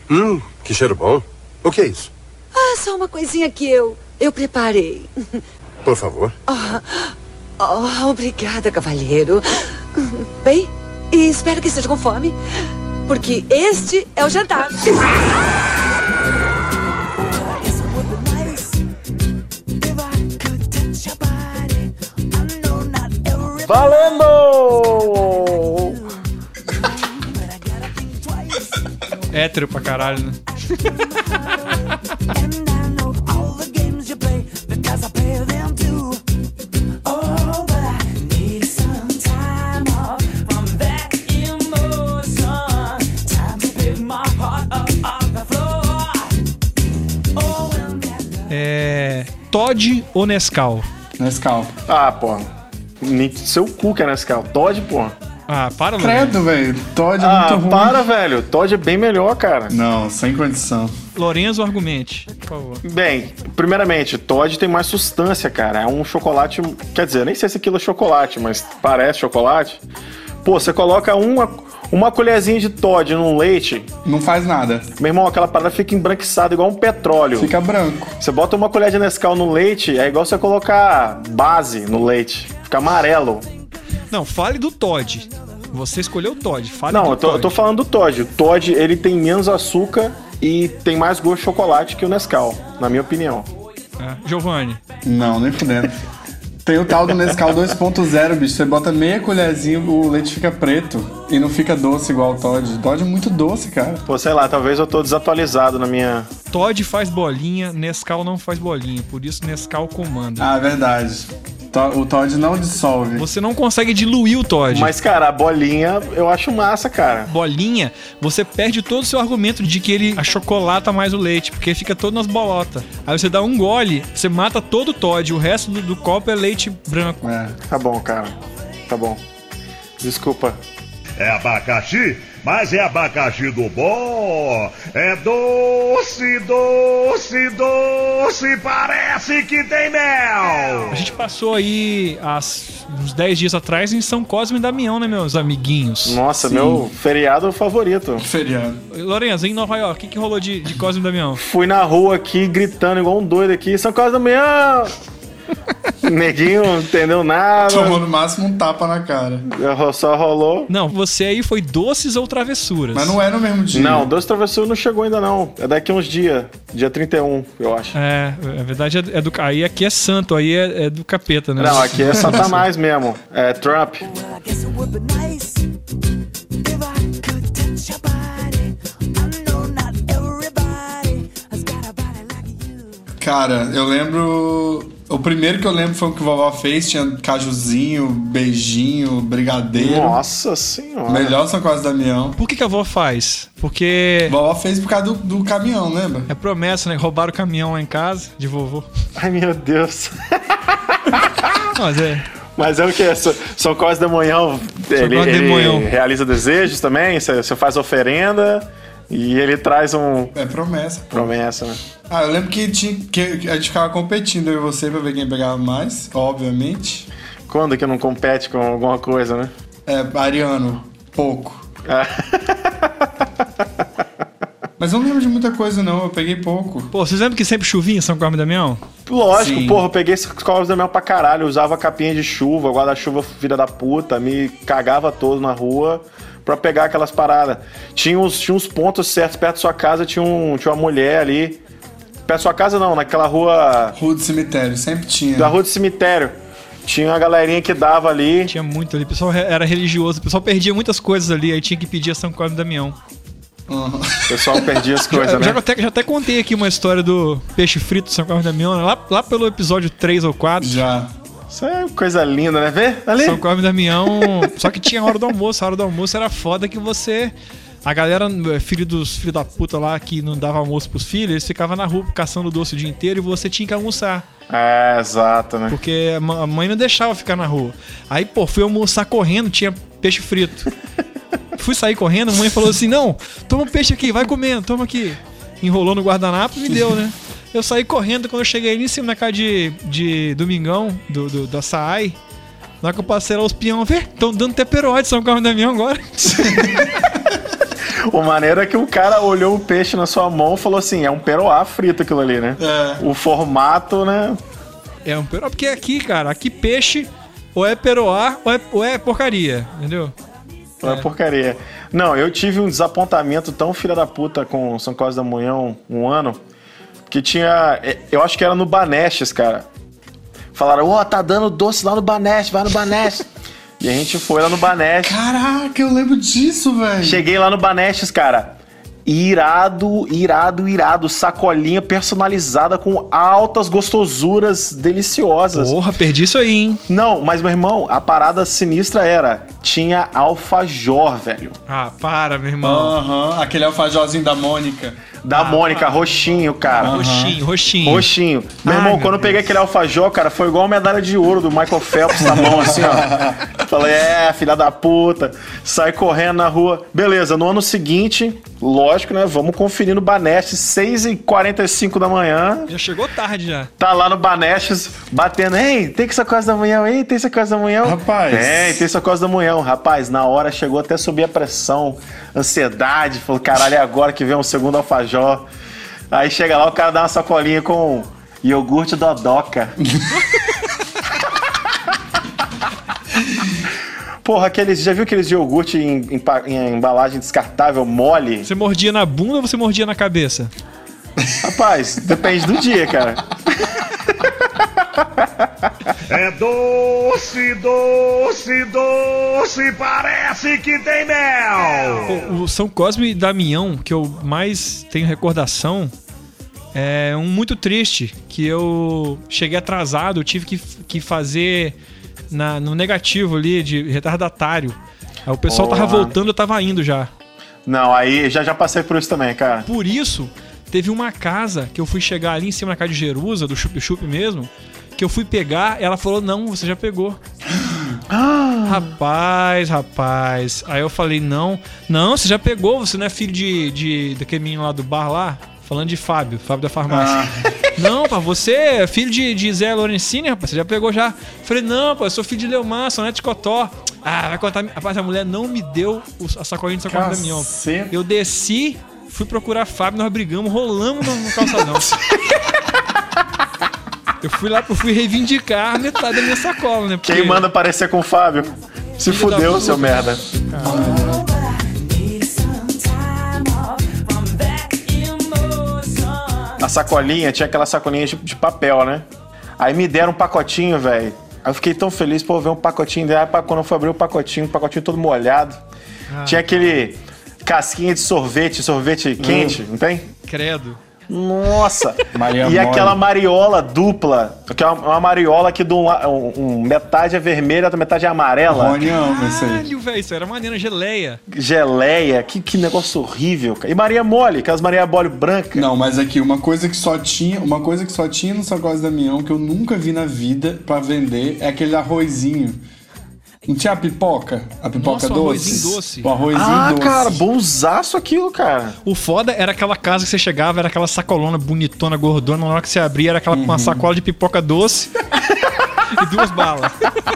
Que cheiro bom. O que é isso? Ah, só uma coisinha que eu preparei. Por favor. Obrigada, cavalheiro. Bem, e espero que esteja com fome, porque este é o jantar. Valendo! Hétero pra caralho, né? Todd ou Nescau? Nescau. Ah, porra. Nem seu cu que é Nescau. Todd, porra. Ah, para, Credo, velho. Todd é muito ruim. Para, velho. Todd é bem melhor, cara. Não, sem condição. Lorenzo, argumente, por favor. Bem, primeiramente, Todd tem mais substância, cara. É um chocolate... Quer dizer, nem sei se aquilo é chocolate, mas parece chocolate. Pô, você coloca uma colherzinha de Todd num leite... Não faz nada. Meu irmão, aquela parada fica embranquiçada igual um petróleo. Fica branco. Você bota uma colher de Nescau no leite, é igual você colocar base no leite. Fica amarelo. Não, fale do Todd. Você escolheu o Todd. Fale Não, do eu tô falando do Todd. O Todd, ele tem menos açúcar e tem mais gosto de chocolate que o Nescau, na minha opinião. Giovanni. Não, nem fudendo. Tem o tal do Nescau 2.0, bicho. Você bota meia colherzinha, o leite fica preto e não fica doce igual o Todd. Todd é muito doce, cara. Pô, sei lá, talvez eu tô desatualizado na minha... Todd faz bolinha, Nescau não faz bolinha. Por isso Nescau comanda. Ah, verdade. O Todd não dissolve. Você não consegue diluir o Todd. Mas, cara, a bolinha eu acho massa, cara. Bolinha, você perde todo o seu argumento de que ele achocolata mais o leite, porque fica todo nas bolotas. Aí você dá um gole, você mata todo o Todd, o resto do copo é leite branco. Tá bom, cara. Tá bom. Desculpa. É abacaxi, mas é abacaxi do bom. É doce, doce, doce, parece que tem mel. A gente passou aí uns 10 dias atrás em São Cosme e Damião, né, meus amiguinhos? Nossa, Sim. Meu feriado favorito. Feriado. Lorenzo, em Nova York, o que rolou de Cosme e Damião? Fui na rua aqui, gritando igual um doido aqui. São Cosme e Damião! Neguinho não entendeu nada. Tomou no máximo um tapa na cara. Só rolou. Não, você aí foi doces ou travessuras? Mas não é no mesmo dia. Não, doce travessura não chegou ainda não. É daqui a uns dias. Dia 31, eu acho. Na verdade é do... Aí aqui é santo, aí é do capeta, né? Não, aqui é Satanás mesmo. É Trump. Cara, eu lembro... O primeiro que eu lembro foi o que a vovó fez. Tinha cajuzinho, beijinho, brigadeiro. Nossa senhora. Melhor São Cosme e Damião. Por que a avó faz? Porque... A vovó fez por causa do caminhão, lembra? É promessa, né? Roubaram o caminhão lá em casa, de vovô. Ai, meu Deus. Mas Mas é o que? São Cosme de Damião, ele realiza desejos também? Você faz oferenda e ele traz um... É promessa. Promessa, né? Ah, eu lembro que a gente ficava competindo, eu e você, pra ver quem pegava mais, obviamente. Quando que não compete com alguma coisa, né? Ariano, pouco. Mas eu não lembro de muita coisa, não. Eu peguei pouco. Pô, vocês lembram que sempre chovia em São Cosme e Damião? Lógico, Sim. Porra, eu peguei São Cosme e Damião pra caralho. Eu usava capinha de chuva, guarda-chuva filha da puta, me cagava todo na rua pra pegar aquelas paradas. Tinha uns pontos certos perto da sua casa, tinha uma mulher ali. Perto da sua casa não, naquela rua... Rua do cemitério, sempre tinha. Da rua do cemitério. Tinha uma galerinha que dava ali. Tinha muito ali. O pessoal era religioso. O pessoal perdia muitas coisas ali. Aí tinha que pedir a São Cosme e Damião. Uhum. O pessoal perdia as coisas, né? Já até contei aqui uma história do peixe frito de São Cosme e Damião. Lá pelo episódio 3 ou 4. Já. Isso é coisa linda, né? Vê? Ali. São Cosme e Damião. Só que tinha a hora do almoço. A hora do almoço era foda que você... A galera, filho da puta lá, que não dava almoço pros filhos, eles ficavam na rua caçando doce o dia inteiro e você tinha que almoçar. É, exato, né? Porque a mãe não deixava ficar na rua. Aí, pô, fui almoçar correndo, tinha peixe frito. Fui sair correndo, a mãe falou assim, não, toma um peixe aqui, vai comendo, toma aqui. Enrolou no guardanapo e me deu, né? Eu saí correndo, quando eu cheguei ali em cima na casa de Domingão, da Saai, na hora que eu passei lá, os peão, vê, estão dando teperoide, São Cosme e Damião agora. O maneiro é que o cara olhou o peixe na sua mão e falou assim, é um peroá frito aquilo ali, né? O formato, né? É um peroá, porque aqui, cara, aqui peixe ou é peroá ou é porcaria, entendeu? É porcaria. Não, eu tive um desapontamento tão filha da puta com São Cosme da Munhão um ano, que tinha... Eu acho que era no Banestes, cara. Falaram, tá dando doce lá no Banestes, vai no Banestes. E a gente foi lá no Banestes. Caraca, eu lembro disso, velho. Cheguei lá no Banestes, cara. Irado. Sacolinha personalizada com altas gostosuras deliciosas. Porra, perdi isso aí, hein? Não, mas, meu irmão, a parada sinistra tinha alfajor, velho. Ah, para, meu irmão. Aquele alfajorzinho da Mônica. Da Mônica, roxinho, cara. Roxinho. Meu irmão, quando eu peguei aquele alfajor, cara, foi igual a medalha de ouro do Michael Phelps na mão, assim, ó. Falei, filha da puta. Sai correndo na rua. Beleza, no ano seguinte, lógico, né? Vamos conferir no Banestes, 6h45 da manhã. Já chegou tarde, já. Tá lá no Banestes, batendo. Ei, tem que São Cosme da Munhão, hein? Tem São Cosme da Munhão? Rapaz. Tem São Cosme da Munhão. Rapaz, na hora chegou até subir a pressão, ansiedade. Falou, caralho, é agora que vem um segundo alfajor. Aí chega lá, o cara dá uma sacolinha com iogurte Dodoca. Porra, já viu aqueles iogurte em embalagem descartável, mole? Você mordia na bunda ou você mordia na cabeça? Rapaz, depende do dia, cara. É doce, parece que tem mel. O São Cosme e Damião, que eu mais tenho recordação, é um muito triste, que eu cheguei atrasado, eu tive que fazer no negativo ali, de retardatário. Aí o pessoal tava voltando, eu tava indo já. Não, aí já passei por isso também, cara. Por isso, teve uma casa que eu fui chegar ali em cima na casa de Jerusa, do Chup Chup mesmo, que eu fui pegar, ela falou, não, você já pegou. Rapaz. Aí eu falei, não, você já pegou, você não é filho daquele menino lá do bar lá? Falando de Fábio da farmácia. Não, pá, você é filho de Zé Lorenzini, rapaz, você já pegou já. Falei, não, pá, eu sou filho de Leomar, sou neto de Cotó. Vai contar. Rapaz, a mulher não me deu a sacolinha de São Cosme da Damião. Eu desci, fui procurar Fábio, nós brigamos, rolamos no calçadão. Eu fui reivindicar metade da minha sacola, né? Porque... Quem manda parecer com o Fábio? Se fudeu, seu merda. A sacolinha, tinha aquela sacolinha de papel, né? Aí me deram um pacotinho, velho. Aí eu fiquei tão feliz, ver um pacotinho. Aí quando eu fui abrir o pacotinho todo molhado. Tinha aquele casquinha de sorvete quente, não tem? Credo. Nossa! Maria e mole. Aquela mariola dupla, que é uma mariola que metade é vermelha, outra metade é amarela. Rony ama isso aí. Caralho, velho, isso era maneira, geleia. Geleia, que negócio horrível, cara. E Maria Mole, aquelas Maria Mole branca. Não, mas aqui, uma coisa que só tinha no São Cosme da Damião, que eu nunca vi na vida pra vender, é aquele arrozinho. Não tinha a pipoca? A pipoca Nossa, doce? O arrozinho doce. O arrozinho doce. Cara, bonzaço aquilo, cara. O foda era aquela casa que você chegava, era aquela sacolona bonitona, gordona, na hora que você abria, era uma sacola de pipoca doce e 2 balas.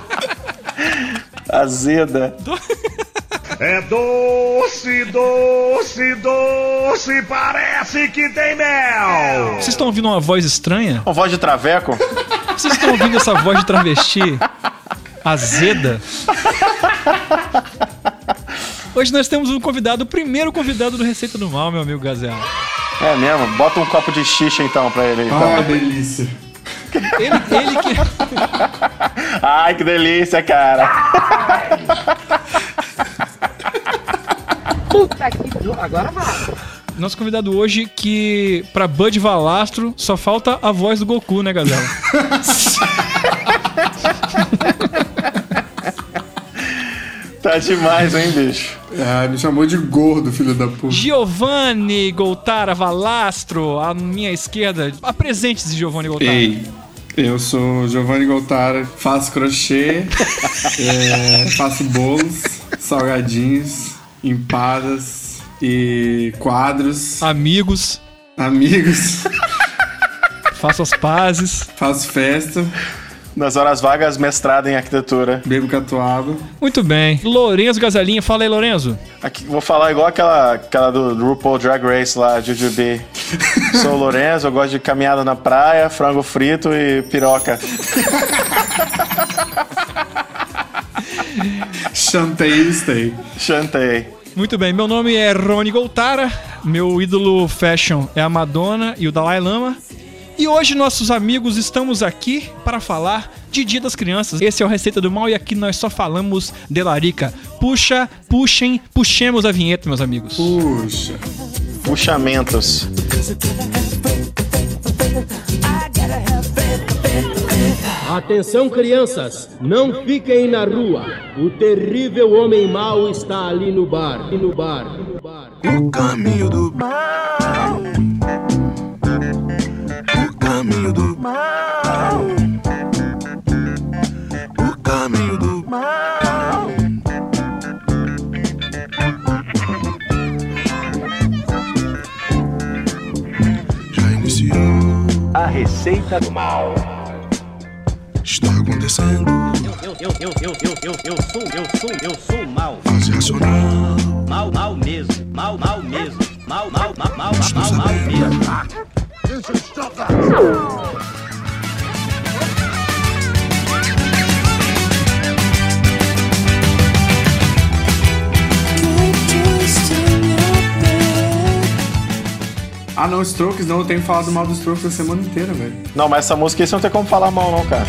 Azeda. É doce, parece que tem mel. Vocês estão ouvindo uma voz estranha? Uma voz de traveco? Vocês estão ouvindo essa voz de travesti? Azeda. Hoje nós temos um convidado, o primeiro convidado do Receita do Mal, meu amigo Gazela. É mesmo? Bota um copo de xixa então pra ele. Ah, delícia. Ele que... Ai, que delícia, cara. Puta que... Agora vai. Nosso convidado hoje que, pra Bud Valastro, só falta a voz do Goku, né, Gazela? Tá demais, hein, bicho? Me chamou de gordo, filho da puta. Giovanni Goltara Valastro, à minha esquerda. Apresente-se, Giovanni Goltara. Ei, eu sou Giovanni Goltara, faço crochê, faço bolos, salgadinhos, empadas e quadros. Amigos, faço as pazes. Faço festa. Nas horas vagas, mestrado em arquitetura. Bebo catuaba. Muito bem. Lorenzo Gazelinha, fala aí, Lorenzo. Aqui, vou falar igual aquela do RuPaul Drag Race lá, Jujubee. Sou o Lorenzo, eu gosto de caminhada na praia, frango frito e piroca. Chantei. Muito bem, meu nome é Rony Goltara, meu ídolo fashion é a Madonna e o Dalai Lama. E hoje, nossos amigos, estamos aqui para falar de Dia das Crianças. Esse é o Receita do Mal e aqui nós só falamos de larica. Puxemos a vinheta, meus amigos. Puxamentos. Atenção, crianças, não fiquem na rua. O terrível homem mau está ali no bar. O caminho do mal. O caminho do mal. O caminho do mal. Já iniciou A Receita do Mal. Está acontecendo. Eu sou mal. Fase racional. Mal mesmo. Mal mesmo. Mal mesmo. Ah, não, Strokes não. Eu tenho falado mal dos Strokes a semana inteira, velho. Não, mas essa música aí você não tem como falar mal, não, cara.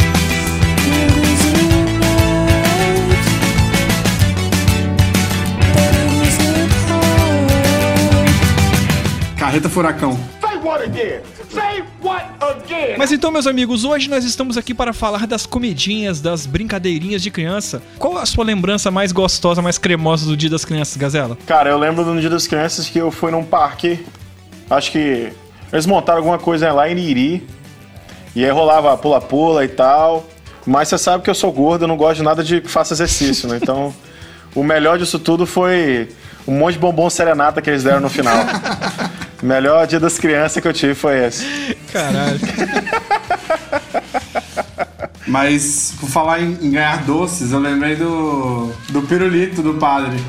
Carreta Furacão. Mas então, meus amigos, hoje nós estamos aqui para falar das comidinhas, das brincadeirinhas de criança. Qual a sua lembrança mais gostosa, mais cremosa do Dia das Crianças, Gazela? Cara, eu lembro do Dia das Crianças que eu fui num parque. Acho que eles montaram alguma coisa lá em Iri. E aí rolava pula-pula e tal. Mas você sabe que eu sou gordo, eu não gosto de nada de que faça exercício, né? Então, o melhor disso tudo foi um monte de bombom serenata que eles deram no final. O melhor Dia das Crianças que eu tive foi esse. Caralho. Mas, por falar em ganhar doces, eu lembrei do pirulito do padre.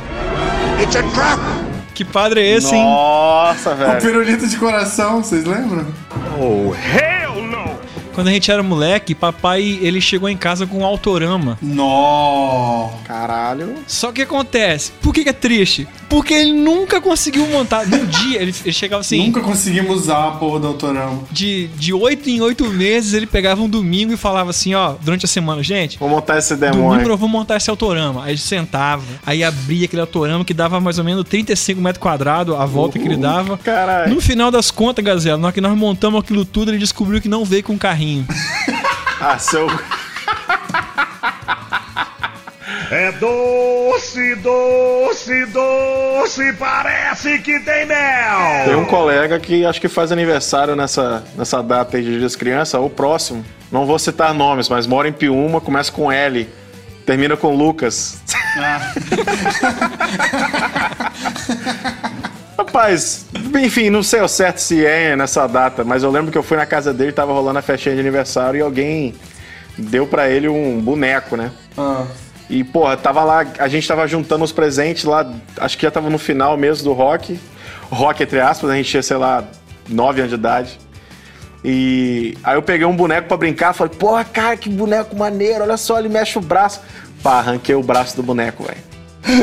Que padre é esse, hein? Nossa, velho. O pirulito de coração, vocês lembram? Oh, hell no! Quando a gente era moleque, papai, ele chegou em casa com um autorama. Nó. Caralho. Só que acontece, por que é triste? Porque ele nunca conseguiu montar. Num dia, ele chegava assim... Nunca conseguimos usar a porra do autorama. De 8 em 8 meses, ele pegava um domingo e falava assim, ó, durante a semana, gente... Vou montar esse Domingo demônio. eu vou montar esse autorama. Aí ele sentava, aí abria aquele autorama que dava mais ou menos 35 metros quadrados, a volta que ele dava. Caralho. No final das contas, Gazela, na hora que nós montamos aquilo tudo, ele descobriu que não veio com carrinho. Ah, seu... É doce, doce, doce, parece que tem mel. Tem um colega que acho que faz aniversário nessa data aí de Dia das Crianças, ou próximo. Não vou citar nomes, mas mora em Piúma, começa com L, termina com Lucas. Rapaz, enfim, não sei ao certo se é nessa data, mas eu lembro que eu fui na casa dele, tava rolando a festinha de aniversário e alguém deu pra ele um boneco, né? E, porra, tava lá, a gente tava juntando os presentes lá, acho que já tava no final mesmo do rock. Rock, entre aspas, a gente tinha, sei lá, 9 anos de idade. E aí eu peguei um boneco pra brincar, falei, porra, cara, que boneco maneiro, olha só, ele mexe o braço. Pá, arranquei o braço do boneco, velho.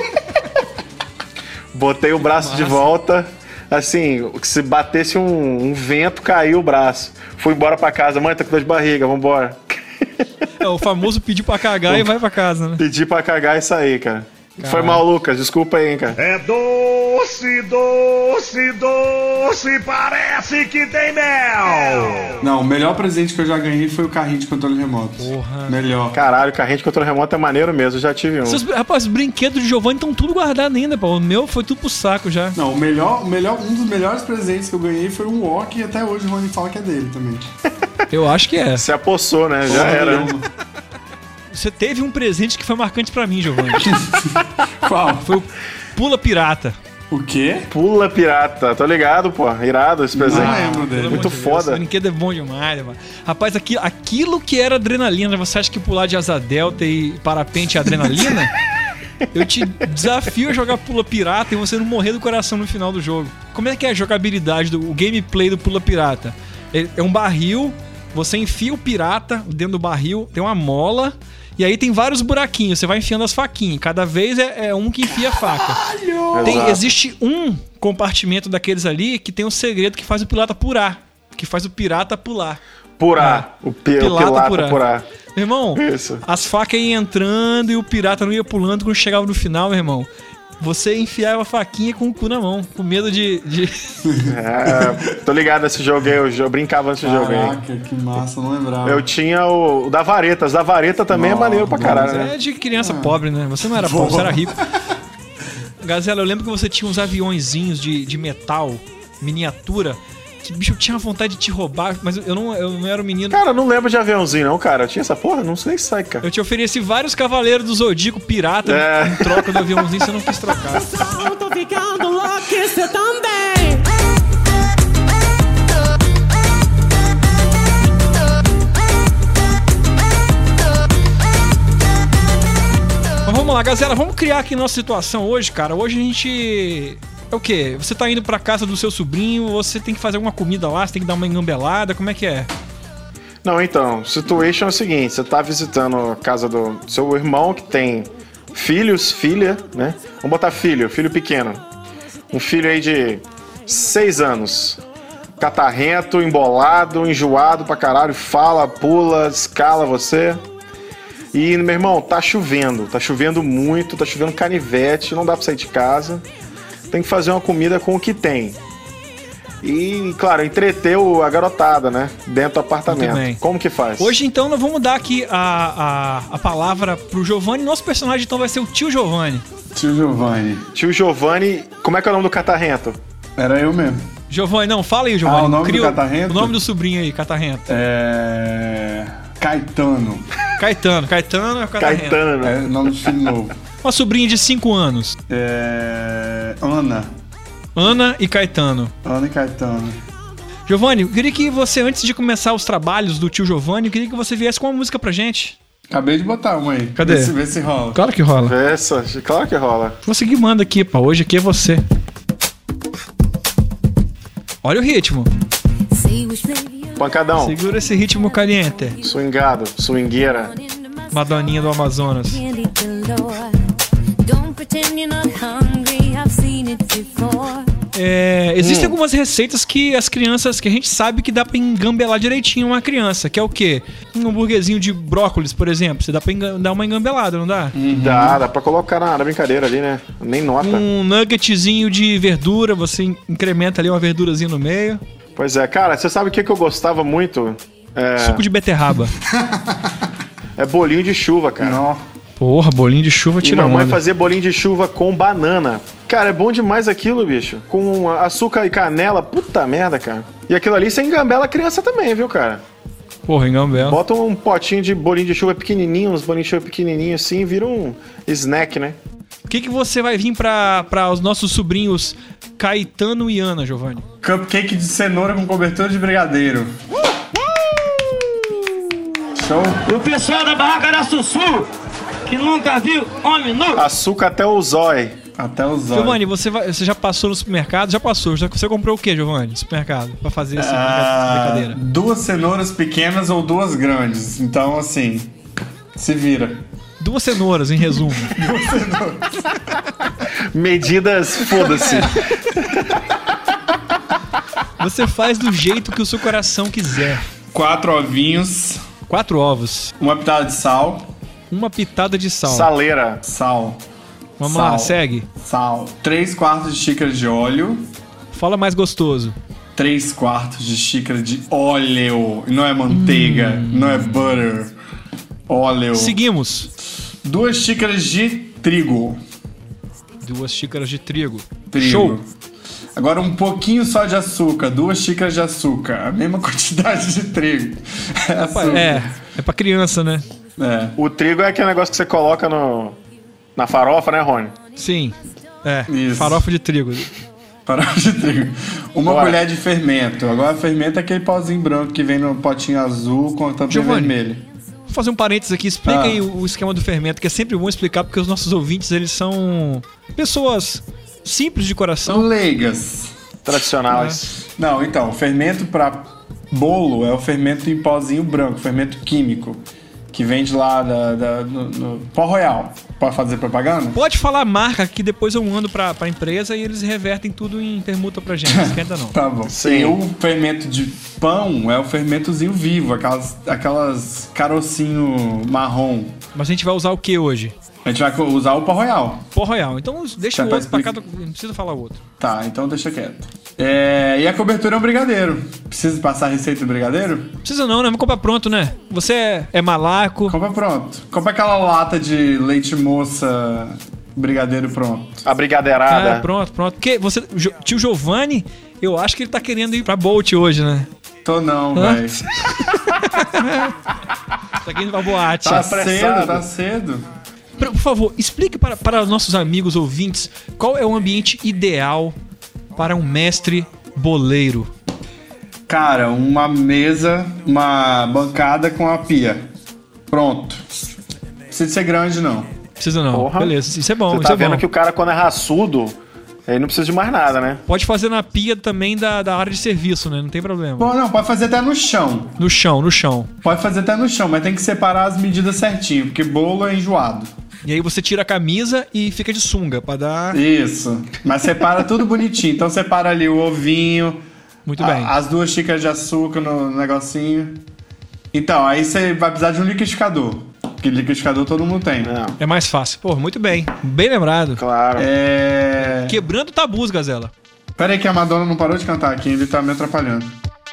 Botei o braço de volta, assim, se batesse um vento, caiu o braço. Fui embora pra casa, mãe, tá com dor de barriga, vambora. É o famoso pedir pra cagar e vai pra casa, né? Pedi pra cagar e sair, cara. Foi mal, Lucas, desculpa aí, hein, cara. É doce, doce, doce, parece que tem mel. Não, o melhor presente que eu já ganhei foi o carrinho de controle remoto. Porra. Melhor. Caralho, o carrinho de controle remoto é maneiro mesmo, eu já tive um. Rapaz, os brinquedos de Giovanni estão tudo guardados ainda, pô. O meu foi tudo pro saco já. Não, um dos melhores presentes que eu ganhei foi um walk e até hoje o Rony fala que é dele também. Eu acho que é. Se apossou, né? Já era. Você teve um presente que foi marcante pra mim, Giovanni. Qual? Foi o Pula Pirata. O quê? Pula pirata, tô ligado, pô. Irado esse presente. Não lembro dele. Muito Esse foda. brinquedo é bom demais, mano. Rapaz, aquilo que era adrenalina, você acha que pular de asa delta e parapente é adrenalina? Eu te desafio a jogar Pula Pirata e você não morrer do coração no final do jogo. Como é que é a jogabilidade, o gameplay do Pula Pirata? É um barril, você enfia o pirata dentro do barril, tem uma mola, e aí tem vários buraquinhos, você vai enfiando as faquinhas. Cada vez é um que enfia a faca. Existe um compartimento daqueles ali que tem um segredo que faz o pirata pular. Que faz o pirata pular. Purar. O pilata purar. Meu irmão, Isso. as facas iam entrando e o pirata não ia pulando. Quando chegava no final, meu irmão, você enfiava a faquinha com o cu na mão, com medo de... Tô ligado nesse jogo aí, eu brincava nesse jogo aí. Caraca, que massa, não lembrava. Eu tinha o da vareta. As da vareta também é maneiro pra caralho, Você né? é de criança pobre, né? Você não era pobre, você era rico. Gazela, eu lembro que você tinha uns aviõezinhos de metal, miniatura, que, bicho, eu tinha vontade de te roubar, mas eu não era um menino. Cara, eu não lembro de aviãozinho não, cara. Tinha essa porra? Não sei nem sai, cara. Eu te ofereci vários cavaleiros do Zodíaco pirata em troca do aviãozinho, você não quis trocar. Eu tô ficando louco, você também. Mas vamos lá, Gazela, vamos criar aqui nossa situação hoje, cara. Hoje a gente... É o quê? Você tá indo pra casa do seu sobrinho, você tem que fazer alguma comida lá, você tem que dar uma engambelada, como é que é? Não, então, situation é o seguinte, você tá visitando a casa do seu irmão que tem filhos, filha, né? Vamos botar filho pequeno. Um filho aí de 6 anos. Catarrento, embolado, enjoado pra caralho, fala, pula, escala você. E, meu irmão, tá chovendo muito, tá chovendo canivete, não dá pra sair de casa. Tem que fazer uma comida com o que tem. E, claro, entreter a garotada, né? Dentro do apartamento. Como que faz? Hoje, então, nós vamos dar aqui a palavra pro Giovanni. Nosso personagem, então, vai ser o tio Giovanni. Tio Giovanni. Tio Giovanni, como é que é o nome do catarrento? Era eu mesmo. Giovanni, não, fala aí, Giovanni. O nome do catarrento? O nome do sobrinho aí, catarrento. Caetano. Caetano é o catarrento. Caetano. É nome de filho novo. Uma sobrinha de 5 anos. Ana. Ana e Caetano. Ana e Caetano. Giovanni, eu queria que você, antes de começar os trabalhos do tio Giovanni, eu queria que você viesse com uma música pra gente. Acabei de botar uma aí. Cadê? Vê se rola. Claro que rola. Claro que rola. Você que manda aqui, pá. Hoje aqui é você. Olha o ritmo. Pancadão. Segura esse ritmo caliente. Swingado, swingueira. Madoninha do Amazonas. Existem algumas receitas que as crianças, que a gente sabe que dá pra engambelar direitinho uma criança, que é o quê? Um hambúrguerzinho de brócolis, por exemplo, você dá pra dar uma engambelada, não dá? Dá pra colocar na brincadeira ali, né? Nem nota. Um nuggetzinho de verdura, você incrementa ali uma verdurazinha no meio. Pois é, cara, você sabe o que eu gostava muito? Suco de beterraba. É bolinho de chuva, cara. Não. Porra, bolinho de chuva tira mamãe onda. fazia bolinho de chuva com banana. Cara, é bom demais aquilo, bicho. Com açúcar e canela. Puta merda, cara. E aquilo ali você engambela a criança também, viu, cara? Porra, engambela. Bota um potinho de bolinho de chuva pequenininho, uns bolinhos de chuva pequenininhos assim, vira um snack, né? O que você vai vir pra os nossos sobrinhos Caetano e Ana, Giovanni? Cupcake de cenoura com cobertura de brigadeiro. Show. E o pessoal da Barraca da Sussu, que nunca viu homem nu. Açúcar até o zói. Até o zói. Giovanni, você já passou no supermercado? Já passou. Você comprou o que, Giovanni, no supermercado? Pra fazer essa brincadeira? 2 cenouras pequenas ou 2 grandes. Então, assim, se vira. 2 cenouras, em resumo. 2 cenouras. Medidas, foda-se. Você faz do jeito que o seu coração quiser. 4 ovinhos. 4 ovos. Uma pitada de sal. Uma pitada de sal. Saleira. Sal. Vamos sal. lá, segue. Sal. 3/4 de xícara de óleo. Fala mais gostoso. 3/4 de xícara de óleo. Não é manteiga, não é butter. Óleo. Seguimos. 2 xícaras de trigo. 2 xícaras de trigo. Show. Agora um pouquinho só de açúcar. 2 xícaras de açúcar. A mesma quantidade de trigo. É pra criança, né? É. O trigo é aquele negócio que você coloca na farofa, né, Rony? Sim. Isso. Farofa de trigo. Farofa de trigo. Uma colher de fermento. Agora, fermento é aquele pauzinho branco que vem no potinho azul com a tampinha vermelha. Vou fazer um parênteses aqui. Explica aí o esquema do fermento, que é sempre bom explicar, porque os nossos ouvintes, eles são pessoas simples de coração. Leigas. Tradicionais. Não, então, o fermento para bolo é o fermento em pozinho branco, fermento químico, que vende lá no Pó Royal. Pode fazer propaganda? Pode falar a marca, que depois eu mando pra empresa e eles revertem tudo em permuta pra gente. Não esquenta não. Tá bom. Sim. E o fermento de pão é o fermentozinho vivo, aquelas carocinho marrom. Mas a gente vai usar o que hoje? A gente vai usar o Pó Royal. Pó Royal. Então deixa o outro pra cada... Não precisa falar o outro. Tá, então deixa quieto. E a cobertura é um brigadeiro. Precisa passar a receita do brigadeiro? Precisa não, né? Vamos comprar pronto, né? Você é malaco. Compra pronto. Compra aquela lata de leite moça brigadeiro pronto. A brigadeirada. Pronto. Porque você, tio Giovanni, eu acho que ele tá querendo ir pra Bolt hoje, né? Tô não, velho. Tá querendo ir pra boate. Tá cedo. Por favor, explique para os nossos amigos ouvintes qual é o ambiente ideal para um mestre boleiro. Cara, uma mesa, uma bancada com a pia. Pronto. Não precisa ser grande, não. Precisa não. Porra. Beleza, isso é bom. Você tá vendo que o cara, quando é raçudo, aí não precisa de mais nada, né? Pode fazer na pia também da área de serviço, né? Não tem problema. Bom, não, pode fazer até no chão. No chão. Pode fazer até no chão, mas tem que separar as medidas certinho, porque bolo é enjoado. E aí você tira a camisa e fica de sunga pra dar... Isso. Mas separa tudo bonitinho. Então separa ali o ovinho. Muito bem. As 2 xícaras de açúcar no negocinho. Então, aí você vai precisar de um liquidificador. Porque liquidificador todo mundo tem. É mais fácil. Pô, muito bem. Bem lembrado. Claro. Quebrando tabus, Gazela. Pera aí que a Madonna não parou de cantar aqui. Ele tá me atrapalhando.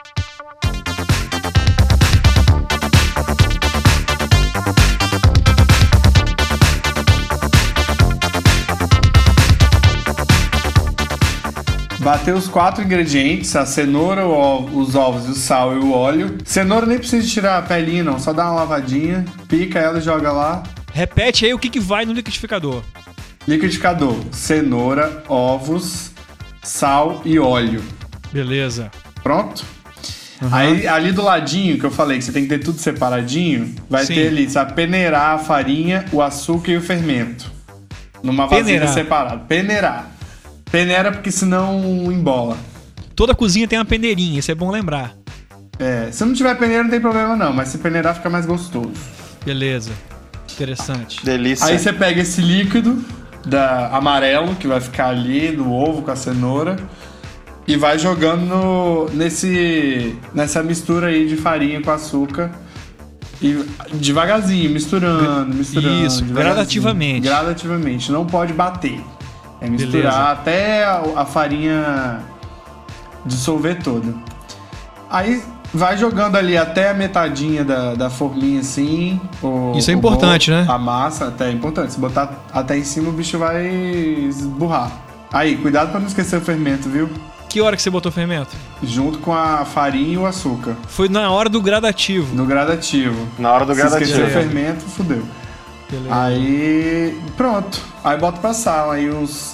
Bater os 4 ingredientes, a cenoura, os ovos, o sal e o óleo. Cenoura nem precisa tirar a pelinha não, só dá uma lavadinha, pica ela e joga lá. Repete aí o que vai no liquidificador. Liquidificador, cenoura, ovos, sal e óleo. Beleza. Pronto? Uhum. Aí ali do ladinho que eu falei que você tem que ter tudo separadinho, vai ter ali, sabe, peneirar a farinha, o açúcar e o fermento. Numa vasilha separada. Peneira porque senão embola. Toda cozinha tem uma peneirinha, isso é bom lembrar. Se não tiver peneira não tem problema não, mas se peneirar fica mais gostoso. Beleza. Interessante. Delícia. Aí você pega esse líquido amarelo que vai ficar ali no ovo com a cenoura e vai jogando nessa mistura aí de farinha com açúcar e devagarzinho, misturando. Isso, gradativamente. Não pode bater. É misturar até a farinha dissolver toda. Aí vai jogando ali até a metadinha da forminha assim. Isso é importante, né? A massa até é importante. Se botar até em cima o bicho vai esburrar. Aí, cuidado pra não esquecer o fermento, viu? Que hora que você botou o fermento? Junto com a farinha e o açúcar. Foi na hora do gradativo. Na hora do gradativo. Se esquecer o fermento, fudeu. Beleza. Aí, pronto. Aí bota pra sal, aí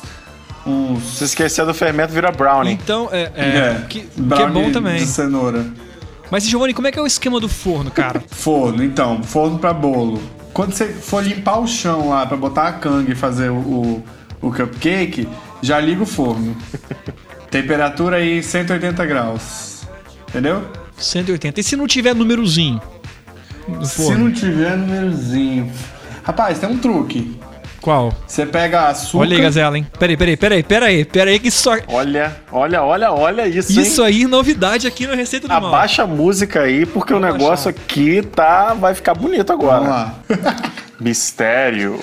Se esquecer do fermento, vira brownie. Então, que é bom também. De cenoura. Mas, Giovanni, como é que é o esquema do forno, cara? Forno pra bolo. Quando você for limpar o chão lá pra botar a canga e fazer o cupcake, já liga o forno. Temperatura aí 180 graus. Entendeu? 180. E se não tiver númerozinho? Se não tiver númerozinho... Rapaz, tem um truque. Qual? Você pega açúcar... Olha aí, Gazela, hein? Pera aí que isso... Olha isso, Isso aí, novidade aqui na Receita do Mal. Abaixa a música aí, porque o negócio aqui vai ficar bonito agora. Vamos lá. Mistério.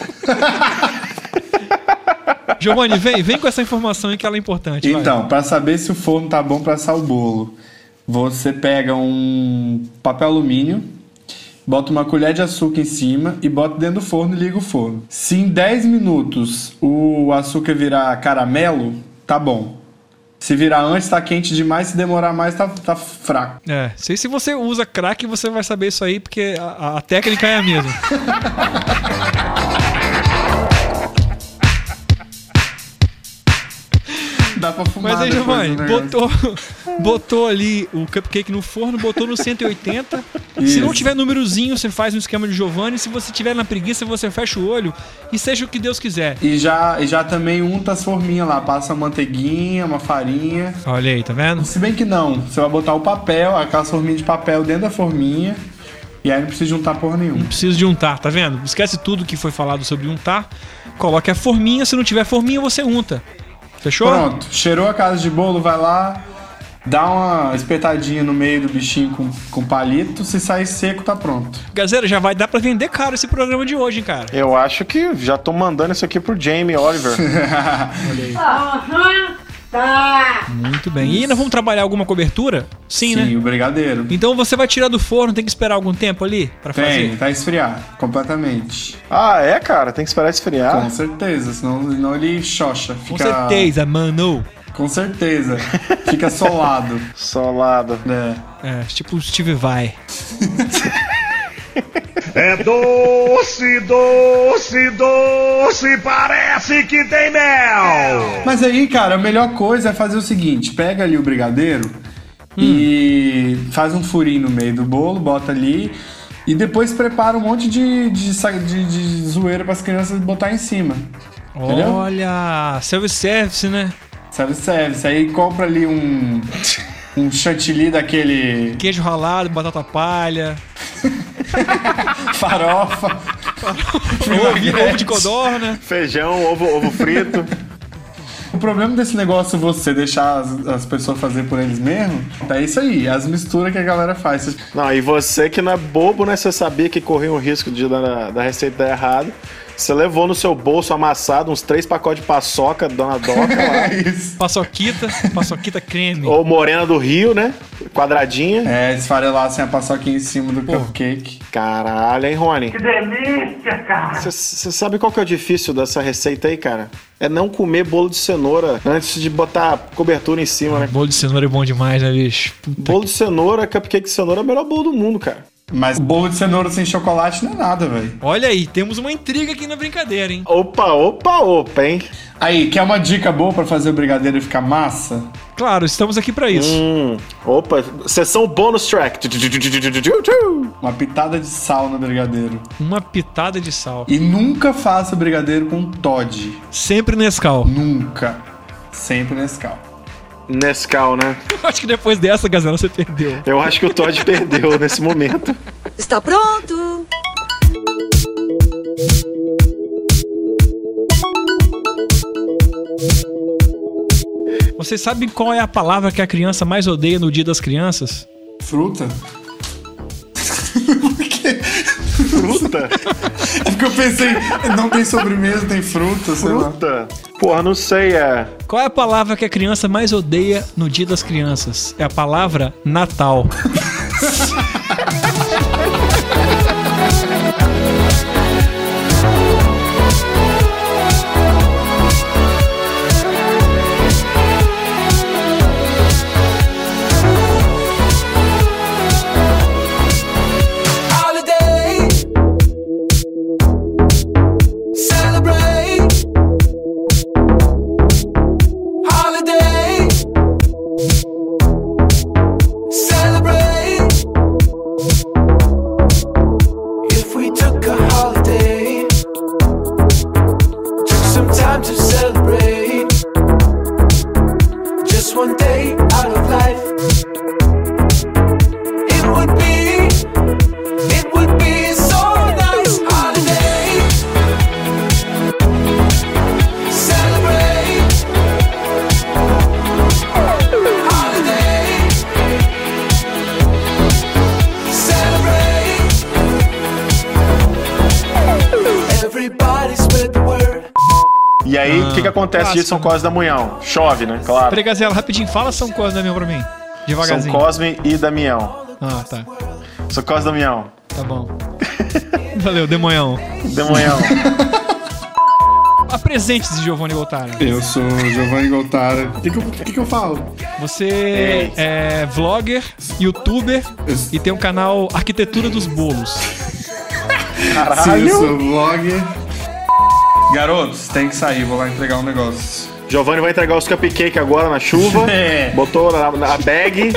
Giovanni, vem com essa informação aí que ela é importante. Então, para saber se o forno tá bom para assar o bolo, você pega um papel alumínio, bota uma colher de açúcar em cima e bota dentro do forno e liga o forno. Se em 10 minutos o açúcar virar caramelo, tá bom. Se virar antes, tá quente demais. Se demorar mais, tá fraco. Se você usa crack, você vai saber isso aí, porque a técnica é a mesma. Dá pra fumar. Mas aí, depois Giovanni, do negócio. botou ali o cupcake no forno, botou no 180. Se não tiver númerozinho, você faz um esquema de Giovanni. Se você tiver na preguiça, você fecha o olho e seja o que Deus quiser. E já também unta as forminhas lá. Passa uma manteiguinha, uma farinha. Olha aí, tá vendo? Se bem que não. Você vai botar o papel, aquelas forminhas de papel dentro da forminha. E aí não precisa juntar porra nenhuma. Não precisa de untar, tá vendo? Esquece tudo que foi falado sobre untar. Coloque a forminha. Se não tiver forminha, você unta. Fechou? Pronto. Cheirou a casa de bolo, vai lá. Dá uma espetadinha no meio do bichinho com palito. Se sair seco, tá pronto. Gazeira, já vai dar pra vender caro esse programa de hoje, hein, cara? Eu acho que já tô mandando isso aqui pro Jamie Oliver. Olha aí. Muito bem. E ainda vamos trabalhar alguma cobertura? Sim, né? Sim, o brigadeiro. Então você vai tirar do forno, tem que esperar algum tempo ali pra fazer? Tem, vai esfriar completamente. Ah, é, cara? Tem que esperar esfriar? Com certeza, senão ele xoxa. Com certeza, mano. Com certeza. Fica solado. Solado. É, tipo o Steve Vai. É doce, doce, doce, parece que tem mel. Mas aí, cara, a melhor coisa é fazer o seguinte: pega ali o brigadeiro e faz um furinho no meio do bolo, bota ali e depois prepara um monte de zoeira para as crianças botar em cima. Entendeu? Olha, self-service, né? Self-service. Aí compra ali um chantilly daquele... Queijo ralado, batata palha... Farofa. Ovo de codorna. Feijão, ovo frito. O problema desse negócio você deixar as pessoas fazer por eles mesmos, é isso aí, as misturas que a galera faz. Não, e você que não é bobo, né? Você sabia que corria o risco de da receita dar errado. Você levou no seu bolso amassado uns 3 pacotes de paçoca, Dona Doca lá. Isso. Paçoquita creme. Ou Morena do Rio, né? Quadradinha. É, esfarelar assim a paçoquinha em cima do cupcake. Caralho, hein, Rony? Que delícia, cara! Você sabe qual que é o difícil dessa receita aí, cara? É não comer bolo de cenoura antes de botar cobertura em cima, né? Bolo de cenoura é bom demais, né, bicho? Bolo de cenoura, cupcake de cenoura é o melhor bolo do mundo, cara. Mas bolo de cenoura sem chocolate não é nada, velho. Olha aí, temos uma intriga aqui na brincadeira, hein? Opa, hein? Aí, quer uma dica boa pra fazer o brigadeiro ficar massa? Claro, estamos aqui pra isso. Opa, sessão bonus track. Uma pitada de sal no brigadeiro. Uma pitada de sal. E nunca faça o brigadeiro com Toddy. Sempre Nescau. Nunca. Sempre Nescau. Nescau, né? Eu acho que depois dessa, Gazela, você perdeu. Eu acho que o Todd perdeu nesse momento. Está pronto! Vocês sabem qual é a palavra que a criança mais odeia no Dia das Crianças? Fruta? Por quê? Fruta? É porque eu pensei, não tem sobremesa, tem fruta, sei lá. Fruta? Porra, não sei, Qual é a palavra que a criança mais odeia no Dia das Crianças? É a palavra Natal. E aí, o que acontece de São Cosme e Damião? Chove, né? Claro. Peraí, Gazela, rapidinho, fala São Cosme e Damião pra mim. Devagarzinho. São Cosme e Damião. Ah, tá. São Cosme e Damião. Tá bom. Valeu, Demonhão. Demonhão. Apresente-se, Giovanni Goltara. Eu sou Giovanni Goltara. O que eu falo? Você é vlogger, youtuber e tem um canal Arquitetura dos Bolos. Caralho. Sim, eu sou vlogger. Garotos, tem que sair, vou lá entregar um negócio. Giovanni vai entregar os cupcake agora na chuva. Botou na bag.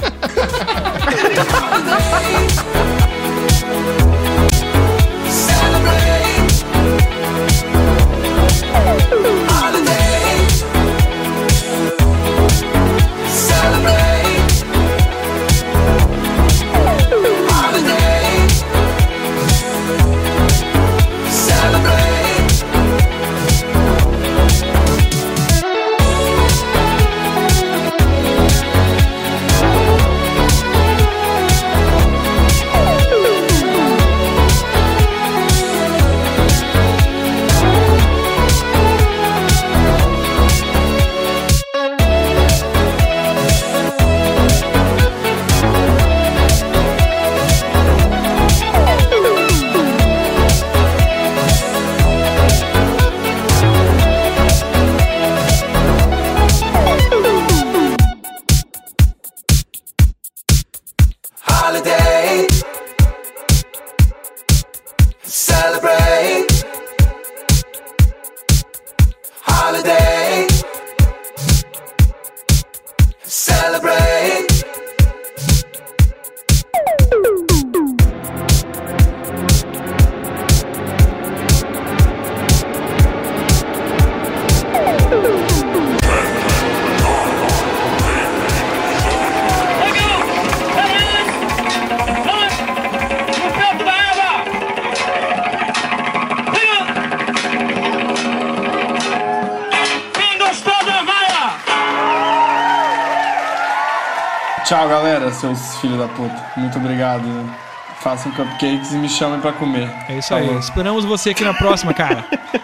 Tchau, galera, seus filhos da puta. Muito obrigado. Façam cupcakes e me chamem pra comer. É isso aí. Esperamos você aqui na próxima, cara.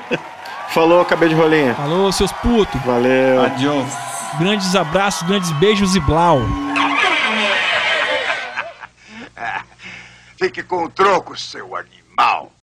Falou, cabelo de rolinha. Falou, seus putos. Valeu. Adiós. Grandes abraços, grandes beijos e blau. Fique com o troco, seu animal.